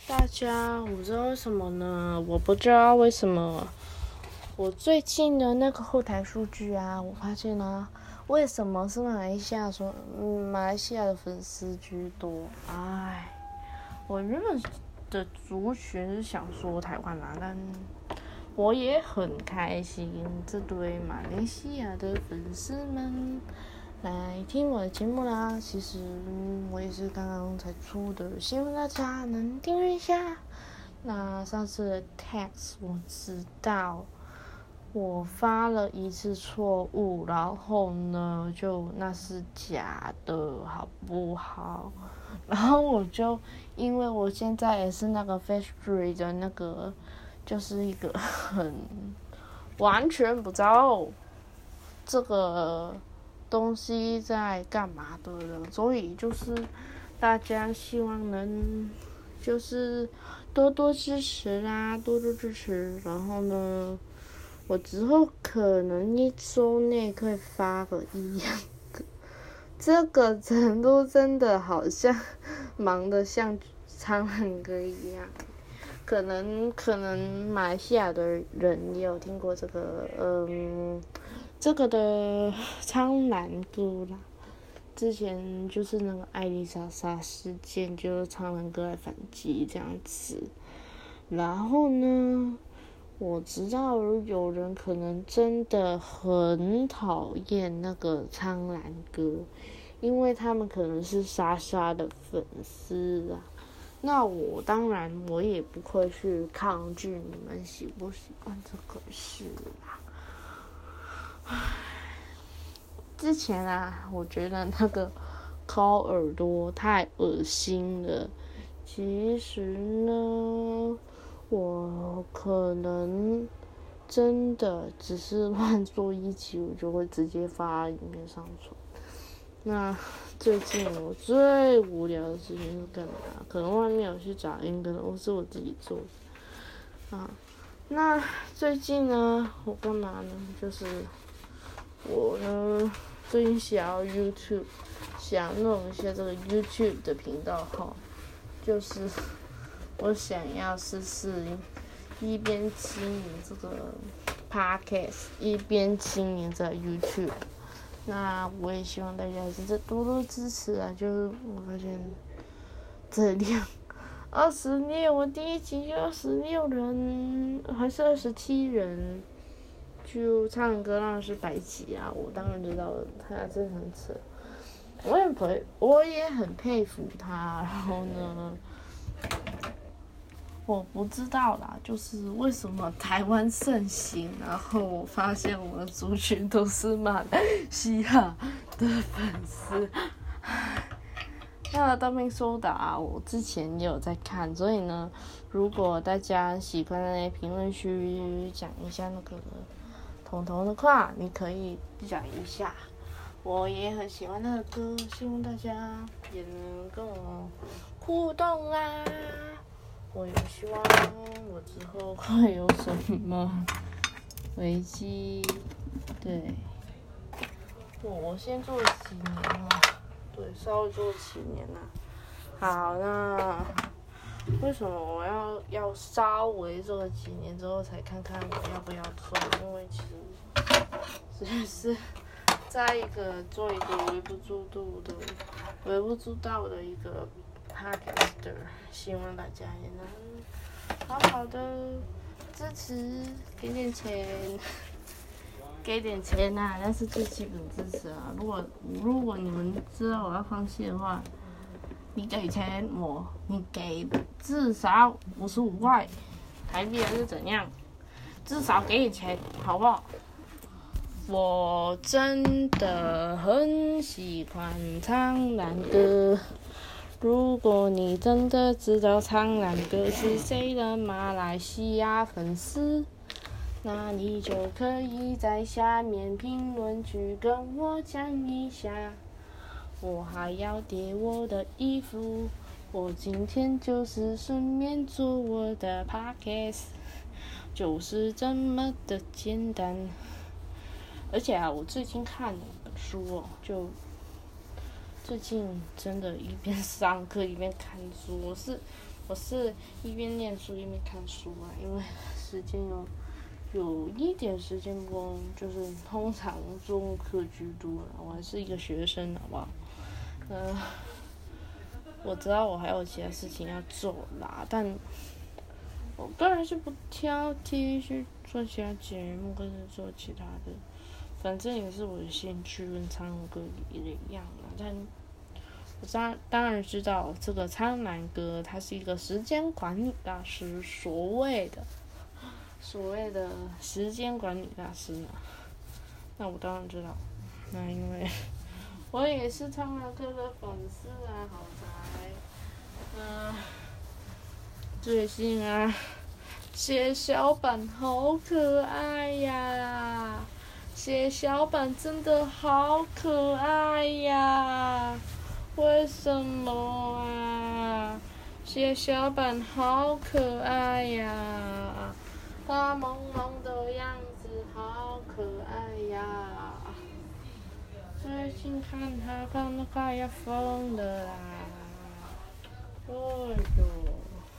大家，我不知道为什么呢？我不知道为什么我最近的那个后台数据啊，我发现啊，为什么是马来西亚的粉丝居多？我原本的族群是想说台湾啦，但我也很开心，这对马来西亚的粉丝们来听我的节目啦。其实我也是刚刚才出的，希望大家能订阅一下。那上次的 text 我知道我发了一次错误，然后呢就那是假的，好不好？然后我就因为我现在也是那个 Face3 的那个，就是一个很完全不知道这个东西在干嘛的人，所以就是大家希望能就是多多支持啦，多多支持。然后呢，我之后可能一周内可以发个1个，这个程度真的好像忙得像苍兰哥一样。可能马来西亚的人也有听过这个的苍兰哥啦。之前就是那个艾丽莎莎事件，就是苍兰哥来反击这样子。然后呢，我知道有人可能真的很讨厌那个苍兰哥，因为他们可能是莎莎的粉丝啊。那我当然我也不会去抗拒你们喜不喜欢这个事啦。之前啊，我觉得那个抠耳朵太恶心了。其实呢，我可能真的只是乱做一期，我就会直接发影片上传。那最近我最无聊的事情是干嘛？可能外面有去找音，可能是我自己做的啊。那最近呢，我干嘛呢？就是我呢，最近想要 YouTube， 想弄一下这个 YouTube 的频道号，就是我想要试试一边经营这个 Podcast， 一边经营这 YouTube。那我也希望大家是多多支持啊！就是我发现这量26，我第一集就26人，还是27人，就唱歌那是白集啊！我当然知道了，他真的很扯，我也很佩服他。然后呢，我不知道啦，就是为什么台湾盛行，然后我发现我的族群都是马来西亚的粉丝。那大明说的啊，我之前也有在看，所以呢，如果大家喜欢在评论区讲一下那个彤彤的话，你可以讲一下。我也很喜欢那个歌，希望大家也能跟我互动啦。我也希望我之后会有什么危机，对，我先做了几年了，对，稍微做了几年了。好，那为什么我要稍微做了几年之后才看看我要不要做？因为其实是在做一个微不足道的一个 podcaster， 希望大家也能好好的支持，给点钱啊，那是最基本支持啊。如果你们知道我要放弃的话，你给钱你给至少55块台币还是怎样，至少给点钱好不好？我真的很喜欢苍兰哥。如果你真的知道苍兰哥是谁的马来西亚粉丝，那你就可以在下面评论区跟我讲一下。我还要叠我的衣服，我今天就是顺便做我的 podcast， 就是这么的简单。而且啊，我最近看了一本书哦，就最近真的一边上课一边看书，我是我是一边念书一边看书啊，因为时间有一点时间不够，就是通常中课居多啦。我还是一个学生，好不好？我知道我还有其他事情要做啦，但我个人是不挑剔去做其他节目，或是做其他的，反正也是我的兴趣跟唱歌一样啦。但我当然知道这个苍兰哥他是一个时间管理大师，所谓的时间管理大师呢。那我当然知道，那因为我也是苍兰哥的粉丝啊，好在，最近啊，血小板好可爱呀，血小板真的好可爱呀。为什么啊？血小板好可爱呀，它萌萌的样子好可爱呀。最近看它看得快要疯了啦，哎呦，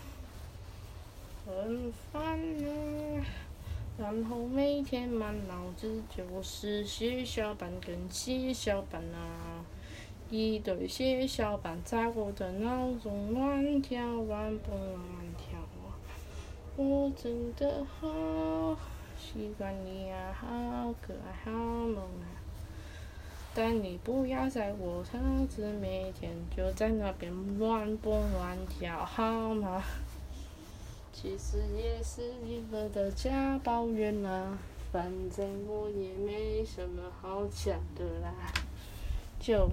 很烦啊。然后每天满脑子就是血小板跟血小板啊。一堆血小板在我的脑中乱跳乱蹦乱跳啊！我真的好喜欢你啊，好可爱，好萌啊！但你不要在我车子面前就在那边乱蹦乱跳，好吗？其实也是一个的假抱怨啦，反正我也没什么好讲的啦，就。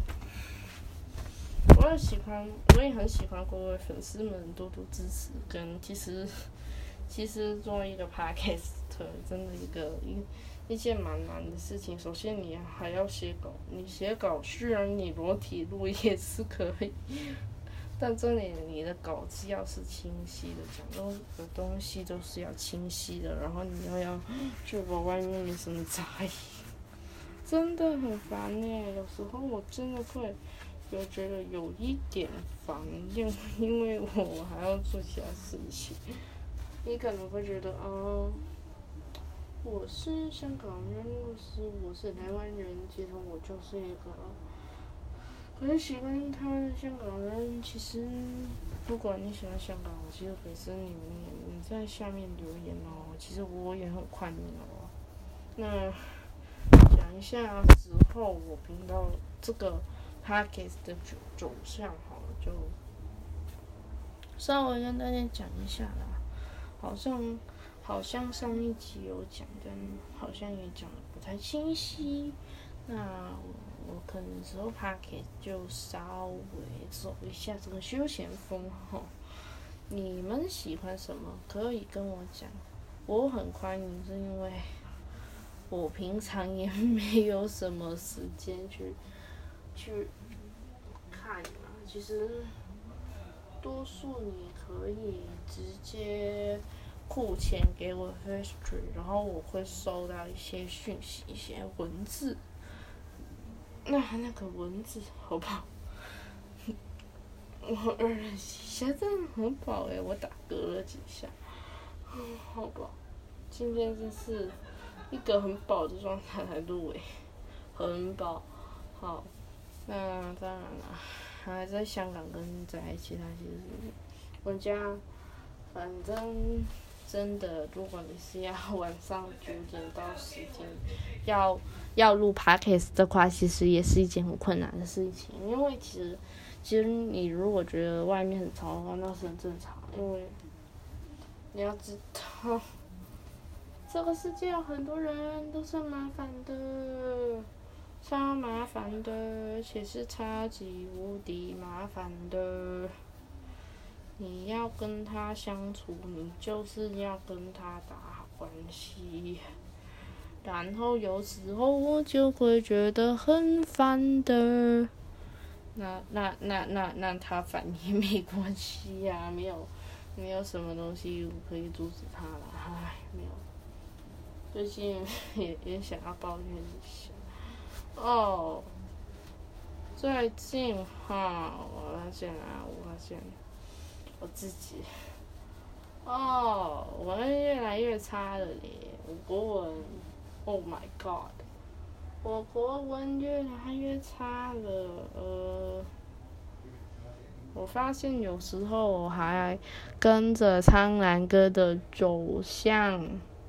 我也很喜欢各位粉丝们多多支持，跟其实做一个 podcast 真的一件蛮难的事情。首先你还要写稿，你写稿虽然你裸体录也是可以，但这里你的稿子要是清晰的，讲的东西都是要清晰的，然后你又要确保外面没什么杂音，真的很烦耶。有时候我真的会。我觉得有一点烦，因为我还要做其他事情。你可能会觉得，我是香港人，我是台湾人，其实我就是一个很喜欢他的香港人。其实，如果你喜欢香港，我其实可以跟你在下面留言哦。其实我也很欢迎哦。那讲一下之后我频道这个。Podcast 的走向好了，就稍微跟大家讲一下啦。好像上一集有讲，但好像也讲得不太清晰。那我可能之后 Podcast 就稍微走一下这个休闲风哈。你们喜欢什么可以跟我讲，我很欢迎，是因为我平常也没有什么时间去看嘛，其实多数你可以直接付钱给我 Firstory， 然后我会收到一些讯息，一些文字。那个文字好不好？我2几下真的很饱诶，我打嗝了几下，好饱。今天真是一个很饱的状态来录诶，很饱。好，那当然啦，还在香港跟在其他其实我家，反正真的，如果你是要晚上9点到10点要录 podcast 的话，其实也是一件很困难的事情，因为其实你如果觉得外面很吵的话，那是很正常，因为你要知道，这个世界有很多人都是麻烦的。超麻烦的，而且是超级无敌麻烦的。你要跟他相处，你就是要跟他打好关系。然后有时候我就会觉得很烦的。那他烦也没关系呀，没有什么东西可以阻止他了，唉，没有。最近也想要抱怨一下。最近我发现我自己。我越来越差了咧，我国文 ，Oh my God， 我国文越来越差了。我发现有时候我还跟着苍兰哥的走向。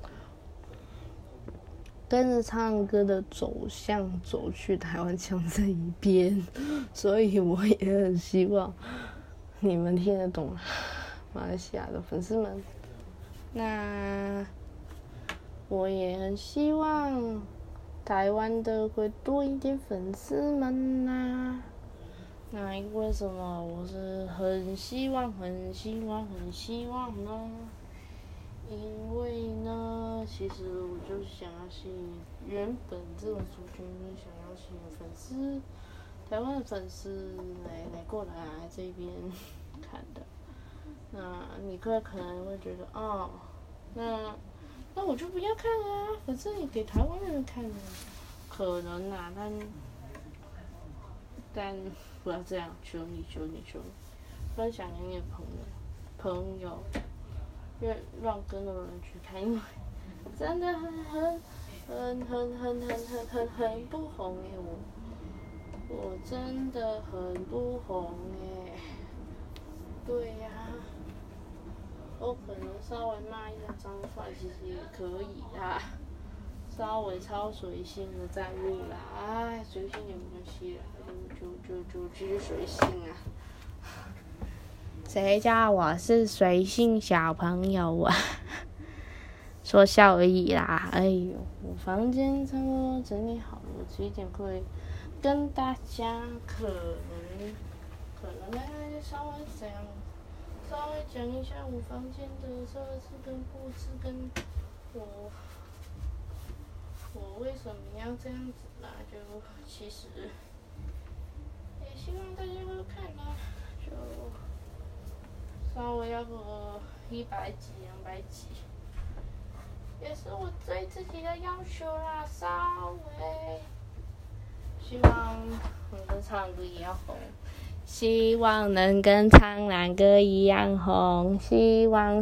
跟着唱歌的走向走去台湾腔这一边，所以我也很希望你们听得懂马来西亚的粉丝们。那我也很希望台湾的会多一点粉丝们呐。那为什么我是很希望呢？因为呢，其实我就是想要吸引原本这种族群，想要吸引粉丝，台湾的粉丝来过来这边看的。那你可能会觉得，那我就不要看啊，反正你给台湾人看啊，可能啊，但不要这样，求你，分享给你的朋友。让更多人去看，因为真的很不红耶，我真的很不红耶。对呀，我可能稍微骂一下脏话，其实也可以啦，稍微超随性的在录啦，随性也没关系啦，就继续随性啊。谁叫我是随性小朋友啊？说笑而已啦。哎呦，我房间差不多整理好了，我几点会跟大家可能大概稍微讲一下我房间的设置跟布置，跟我为什么要这样子啦？就其实也希望大家会看啦，就。稍微要个100几、200几，也是我对自己的要求啦。稍微，希望我的唱歌也要红，希望能跟苍兰哥一样红，希望，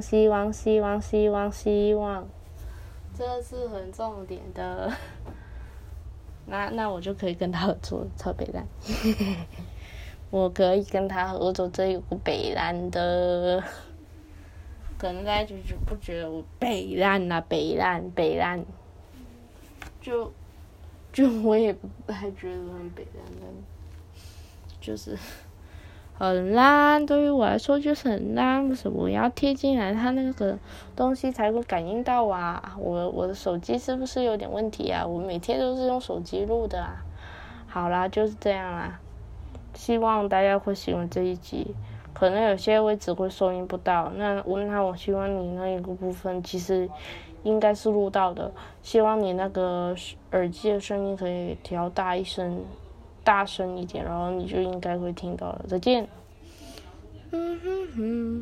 这是很重点的。那我就可以跟他合作，超北烂。我可以跟他合作，这有个北烂的，可能大家就不觉得我北烂啦，北烂，就我也不太觉得很北烂，但就是很烂，对于我来说就是很烂。为什么我要贴进来，它那个东西才会感应到啊？我的手机是不是有点问题啊？我每天都是用手机录的啊。好啦，就是这样啦。希望大家会喜欢这一集，可能有些位置会收音不到，那我希望你那一个部分其实应该是录到的，希望你那个耳机的声音可以调大声一点，然后你就应该会听到了。再见。